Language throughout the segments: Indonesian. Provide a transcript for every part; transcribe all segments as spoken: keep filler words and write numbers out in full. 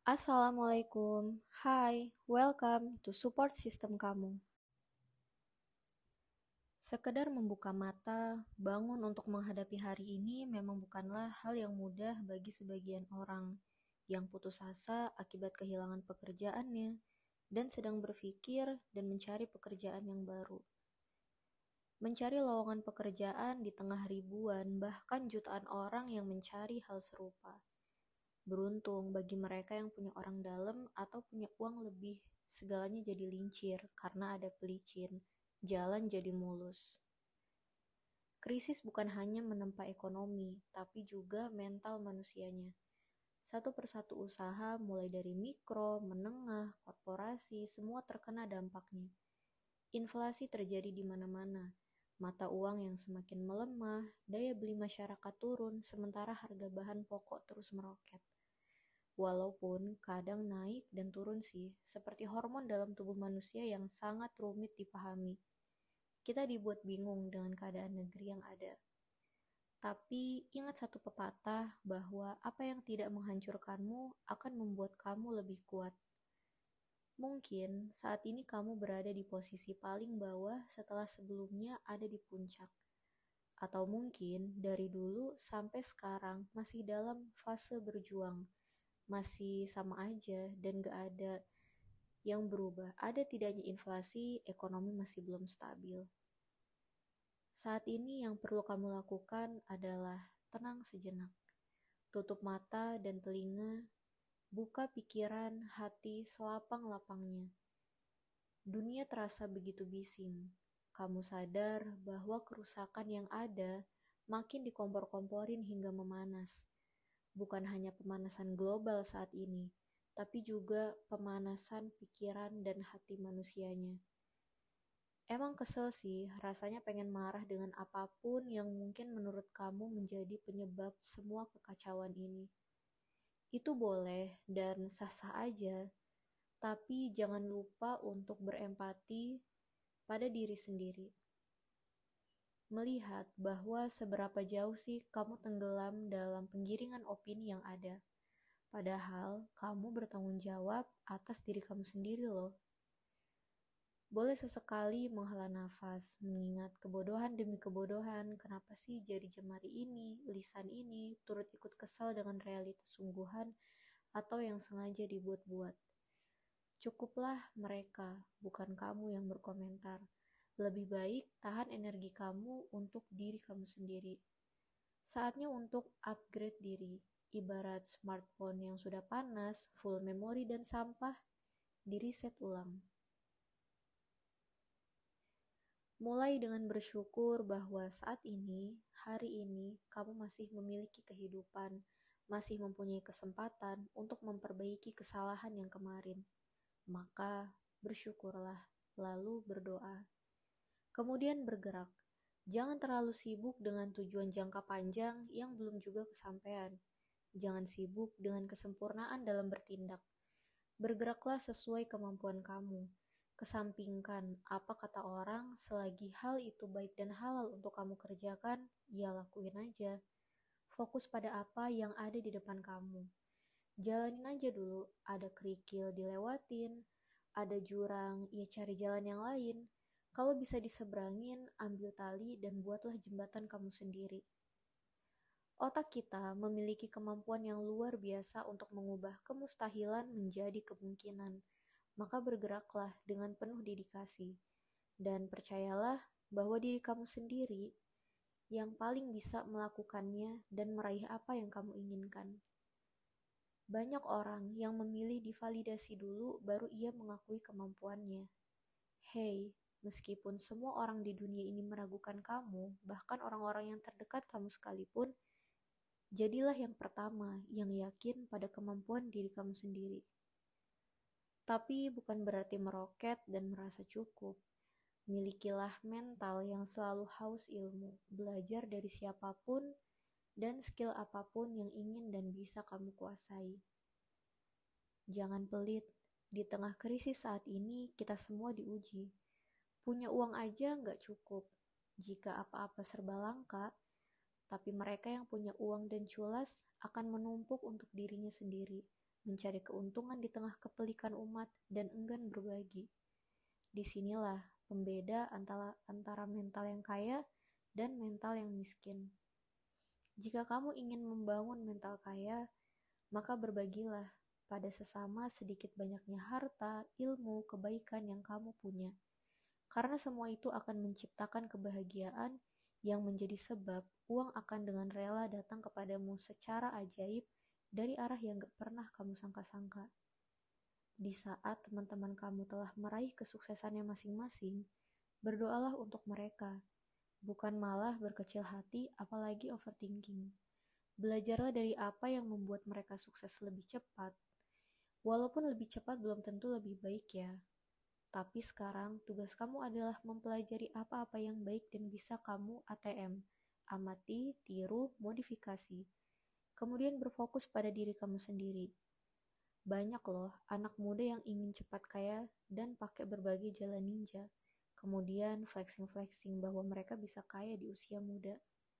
Assalamualaikum. Hai, welcome to support system kamu. Sekedar membuka mata, bangun untuk menghadapi hari ini memang bukanlah hal yang mudah bagi sebagian orang yang putus asa akibat kehilangan pekerjaannya dan sedang berpikir dan mencari pekerjaan yang baru. Mencari lowongan pekerjaan di tengah ribuan bahkan jutaan orang yang mencari hal serupa. Beruntung bagi mereka yang punya orang dalam atau punya uang lebih, segalanya jadi lincir karena ada pelicin, jalan jadi mulus. Krisis bukan hanya menempa ekonomi, tapi juga mental manusianya. Satu persatu usaha, mulai dari mikro, menengah, korporasi, semua terkena dampaknya. Inflasi terjadi di mana-mana. Mata uang yang semakin melemah, daya beli masyarakat turun, sementara harga bahan pokok terus meroket. Walaupun kadang naik dan turun sih, seperti hormon dalam tubuh manusia yang sangat rumit dipahami. Kita dibuat bingung dengan keadaan negeri yang ada. Tapi ingat satu pepatah bahwa apa yang tidak menghancurkanmu akan membuat kamu lebih kuat. Mungkin saat ini kamu berada di posisi paling bawah setelah sebelumnya ada di puncak. Atau mungkin dari dulu sampai sekarang masih dalam fase berjuang. Masih sama aja dan gak ada yang berubah. Ada tidaknya inflasi, ekonomi masih belum stabil. Saat ini yang perlu kamu lakukan adalah tenang sejenak. Tutup mata dan telinga, buka pikiran, hati selapang-lapangnya. Dunia terasa begitu bising. Kamu sadar bahwa kerusakan yang ada makin dikompor-komporin hingga memanas. Bukan hanya pemanasan global saat ini, tapi juga pemanasan pikiran dan hati manusianya. Emang kesel sih, rasanya pengen marah dengan apapun yang mungkin menurut kamu menjadi penyebab semua kekacauan ini. Itu boleh dan sah-sah aja, tapi jangan lupa untuk berempati pada diri sendiri. Melihat bahwa seberapa jauh sih kamu tenggelam dalam penggiringan opini yang ada. Padahal kamu bertanggung jawab atas diri kamu sendiri loh. Boleh sesekali menghela nafas, mengingat kebodohan demi kebodohan, kenapa sih jari jemari ini, lisan ini, turut ikut kesal dengan realitas sungguhan atau yang sengaja dibuat-buat. Cukuplah mereka, bukan kamu yang berkomentar. Lebih baik tahan energi kamu untuk diri kamu sendiri. Saatnya untuk upgrade diri. Ibarat smartphone yang sudah panas, full memori dan sampah, di-reset ulang. Mulai dengan bersyukur bahwa saat ini, hari ini, kamu masih memiliki kehidupan, masih mempunyai kesempatan untuk memperbaiki kesalahan yang kemarin. Maka bersyukurlah, lalu berdoa. Kemudian bergerak. Jangan terlalu sibuk dengan tujuan jangka panjang yang belum juga kesampaian. Jangan sibuk dengan kesempurnaan dalam bertindak. Bergeraklah sesuai kemampuan kamu. Kesampingkan apa kata orang, selagi hal itu baik dan halal untuk kamu kerjakan, ya lakuin aja. Fokus pada apa yang ada di depan kamu. Jalanin aja dulu, ada kerikil dilewatin, ada jurang, ya cari jalan yang lain. Kalau bisa diseberangin, ambil tali dan buatlah jembatan kamu sendiri. Otak kita memiliki kemampuan yang luar biasa untuk mengubah kemustahilan menjadi kemungkinan. Maka bergeraklah dengan penuh dedikasi. Dan percayalah bahwa diri kamu sendiri yang paling bisa melakukannya dan meraih apa yang kamu inginkan. Banyak orang yang memilih divalidasi dulu baru ia mengakui kemampuannya. Hei, meskipun semua orang di dunia ini meragukan kamu, bahkan orang-orang yang terdekat kamu sekalipun, jadilah yang pertama yang yakin pada kemampuan diri kamu sendiri. Tapi bukan berarti meroket dan merasa cukup. Milikilah mental yang selalu haus ilmu, belajar dari siapapun, dan skill apapun yang ingin dan bisa kamu kuasai. Jangan pelit, di tengah krisis saat ini kita semua diuji. Punya uang aja nggak cukup. Jika apa-apa serba langka, tapi mereka yang punya uang dan culas akan menumpuk untuk dirinya sendiri. mencari keuntungan di tengah kepelikan umat, dan enggan berbagi. Disinilah pembeda antara, antara mental yang kaya dan mental yang miskin. Jika kamu ingin membangun mental kaya, maka berbagilah pada sesama sedikit banyaknya harta, ilmu, kebaikan yang kamu punya. Karena semua itu akan menciptakan kebahagiaan yang menjadi sebab uang akan dengan rela datang kepadamu secara ajaib dari arah yang gak pernah kamu sangka-sangka. Di saat teman-teman kamu telah meraih kesuksesannya masing-masing, berdoalah untuk mereka, bukan malah berkecil hati apalagi overthinking. Belajarlah dari apa yang membuat mereka sukses lebih cepat. Walaupun lebih cepat belum tentu lebih baik ya. Tapi sekarang tugas kamu adalah mempelajari apa-apa yang baik dan bisa kamu A T M, amati, tiru, modifikasi. Kemudian berfokus pada diri kamu sendiri. Banyak loh anak muda yang ingin cepat kaya dan pakai berbagai jalan ninja. Kemudian flexing-flexing bahwa mereka bisa kaya di usia muda.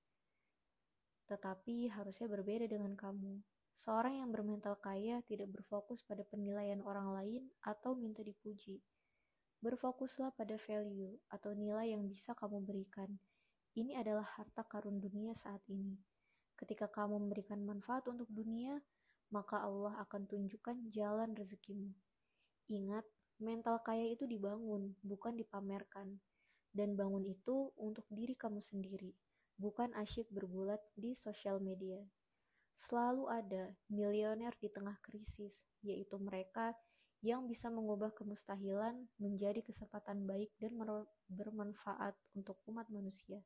Tetapi harusnya berbeda dengan kamu. Seorang yang bermental kaya tidak berfokus pada penilaian orang lain atau minta dipuji. Berfokuslah pada value atau nilai yang bisa kamu berikan. Ini adalah harta karun dunia saat ini. Ketika kamu memberikan manfaat untuk dunia, maka Allah akan tunjukkan jalan rezekimu. Ingat, mental kaya itu dibangun, bukan dipamerkan. Dan bangun itu untuk diri kamu sendiri, bukan asyik bergulat di sosial media. Selalu ada milioner di tengah krisis, yaitu mereka yang bisa mengubah kemustahilan menjadi kesempatan baik dan bermanfaat untuk umat manusia.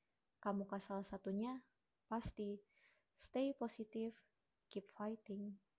Kamu salah satunya? Pasti. Stay positive, keep fighting.